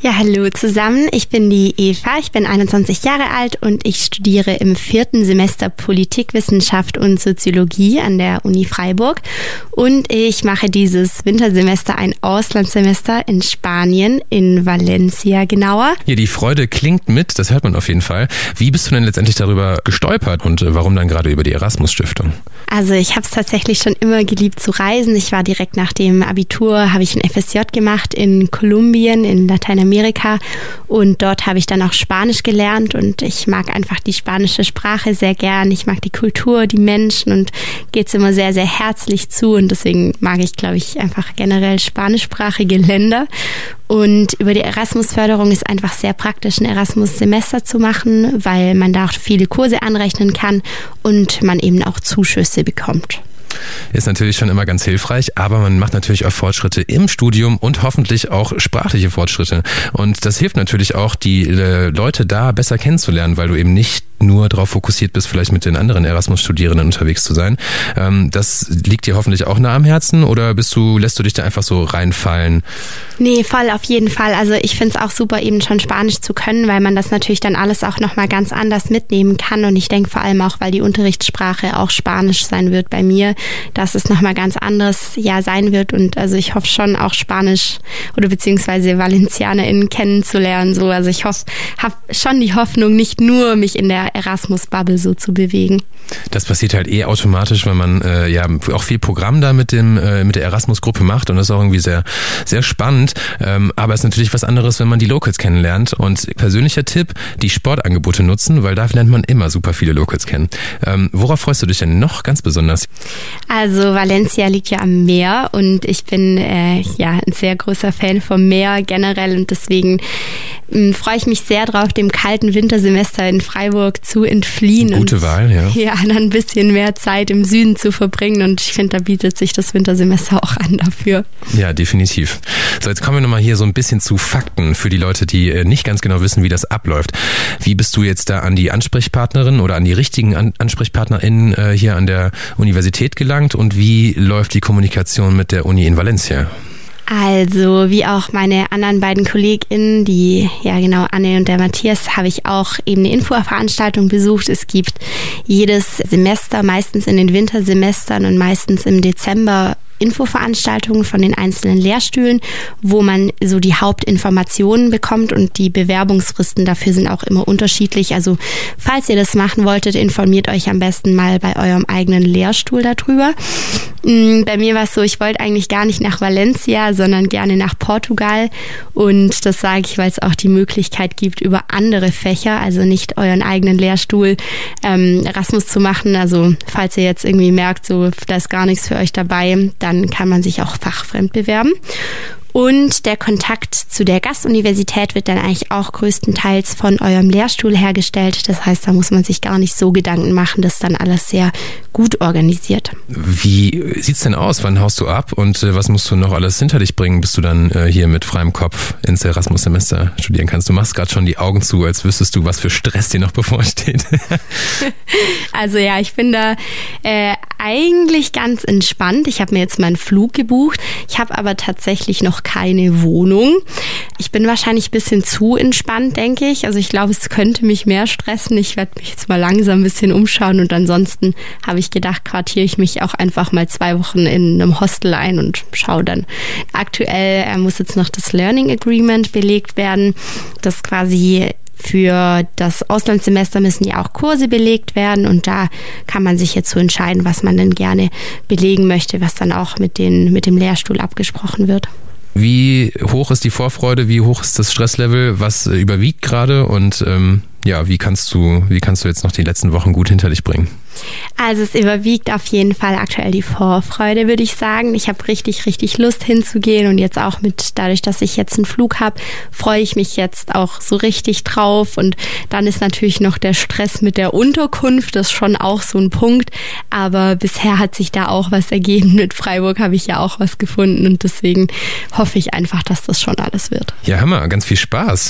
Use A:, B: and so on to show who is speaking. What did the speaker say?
A: Ja, hallo zusammen. Ich bin die Eva, ich bin 21 Jahre alt und ich studiere im 4. Semester Politikwissenschaft und Soziologie an der Uni Freiburg. Und ich mache dieses Wintersemester ein Auslandssemester in Spanien, in Valencia genauer.
B: Ja, die Freude klingt mit, das hört man auf jeden Fall. Wie bist du denn letztendlich darüber gestolpert und warum dann gerade über die Erasmus-Stiftung?
A: Also ich habe es tatsächlich schon immer geliebt zu reisen. Ich war direkt nach dem Abitur, habe ich ein FSJ gemacht in Kolumbien, in Lateinamerika. Und dort habe ich dann auch Spanisch gelernt und ich mag einfach die spanische Sprache sehr gern. Ich mag die Kultur, die Menschen und geht's immer sehr, sehr herzlich zu und deswegen mag ich, glaube ich, einfach generell spanischsprachige Länder. Und über die Erasmus-Förderung ist einfach sehr praktisch, ein Erasmus-Semester zu machen, weil man da auch viele Kurse anrechnen kann und man eben auch Zuschüsse bekommt.
B: Ist natürlich schon immer ganz hilfreich, aber man macht natürlich auch Fortschritte im Studium und hoffentlich auch sprachliche Fortschritte. Und das hilft natürlich auch, die Leute da besser kennenzulernen, weil du eben nicht nur darauf fokussiert bist, vielleicht mit den anderen Erasmus-Studierenden unterwegs zu sein. Das liegt dir hoffentlich auch nah am Herzen oder lässt du dich da einfach so reinfallen?
A: Nee, voll, auf jeden Fall. Also ich finde es auch super, eben schon Spanisch zu können, weil man das natürlich dann alles auch nochmal ganz anders mitnehmen kann. Und ich denke vor allem auch, weil die Unterrichtssprache auch Spanisch sein wird bei mir, dass es nochmal ganz anders sein wird. Und also ich hoffe schon auch Spanisch oder beziehungsweise ValencianerInnen kennenzulernen. So. Also ich habe schon die Hoffnung, nicht nur mich in der Erasmus-Bubble so zu bewegen.
B: Das passiert halt automatisch, wenn man auch viel Programm da mit der Erasmus-Gruppe macht und das ist auch irgendwie sehr, sehr spannend. Aber es ist natürlich was anderes, wenn man die Locals kennenlernt. Und persönlicher Tipp, die Sportangebote nutzen, weil da lernt man immer super viele Locals kennen. Worauf freust du dich denn noch ganz besonders?
A: Also Valencia liegt ja am Meer und ich bin ein sehr großer Fan vom Meer generell und deswegen freue ich mich sehr drauf, dem kalten Wintersemester in Freiburg zu entfliehen.
B: Gute Wahl, ja.
A: Ja, dann ein bisschen mehr Zeit im Süden zu verbringen und ich finde, da bietet sich das Wintersemester auch an dafür.
B: Ja, definitiv. So, jetzt kommen wir nochmal hier so ein bisschen zu Fakten für die Leute, die nicht ganz genau wissen, wie das abläuft. Wie bist du jetzt da an die Ansprechpartnerin oder an die richtigen AnsprechpartnerInnen hier an der Universität gelangt und wie läuft die Kommunikation mit der Uni in Valencia?
A: Also, wie auch meine anderen beiden KollegInnen, die, Anne und der Matthias, habe ich auch eben eine Infoveranstaltung besucht. Es gibt jedes Semester, meistens in den Wintersemestern und meistens im Dezember, Infoveranstaltungen von den einzelnen Lehrstühlen, wo man so die Hauptinformationen bekommt und die Bewerbungsfristen dafür sind auch immer unterschiedlich. Also falls ihr das machen wolltet, informiert euch am besten mal bei eurem eigenen Lehrstuhl darüber. Bei mir war es so, ich wollte eigentlich gar nicht nach Valencia, sondern gerne nach Portugal und das sage ich, weil es auch die Möglichkeit gibt, über andere Fächer, also nicht euren eigenen Lehrstuhl Erasmus zu machen. Also falls ihr jetzt irgendwie merkt, so da ist gar nichts für euch dabei, dann kann man sich auch fachfremd bewerben. Und der Kontakt zu der Gastuniversität wird dann eigentlich auch größtenteils von eurem Lehrstuhl hergestellt. Das heißt, da muss man sich gar nicht so Gedanken machen, das ist dann alles sehr gut organisiert.
B: Wie sieht's denn aus? Wann haust du ab und was musst du noch alles hinter dich bringen, bis du dann hier mit freiem Kopf ins Erasmus-Semester studieren kannst? Du machst gerade schon die Augen zu, als wüsstest du, was für Stress dir noch bevorsteht.
A: Also ja, ich bin da eigentlich ganz entspannt. Ich habe mir jetzt meinen Flug gebucht. Ich habe aber tatsächlich noch keine Wohnung. Ich bin wahrscheinlich ein bisschen zu entspannt, denke ich. Also ich glaube, es könnte mich mehr stressen. Ich werde mich jetzt mal langsam ein bisschen umschauen und ansonsten habe ich gedacht, quartiere ich mich auch einfach mal 2 Wochen in einem Hostel ein und schaue dann. Aktuell muss jetzt noch das Learning Agreement belegt werden, das quasi für das Auslandssemester müssen ja auch Kurse belegt werden und da kann man sich jetzt so entscheiden, was man denn gerne belegen möchte, was dann auch mit dem Lehrstuhl abgesprochen wird.
B: Wie hoch ist die Vorfreude, wie hoch ist das Stresslevel, was überwiegt gerade und wie kannst du jetzt noch die letzten Wochen gut hinter dich bringen?
A: Also es überwiegt auf jeden Fall aktuell die Vorfreude, würde ich sagen. Ich habe richtig, richtig Lust hinzugehen und jetzt auch dadurch, dass ich jetzt einen Flug habe, freue ich mich jetzt auch so richtig drauf und dann ist natürlich noch der Stress mit der Unterkunft, das ist schon auch so ein Punkt, aber bisher hat sich da auch was ergeben. Mit Freiburg habe ich ja auch was gefunden und deswegen hoffe ich einfach, dass das schon alles wird.
B: Ja, Hammer, ganz viel Spaß.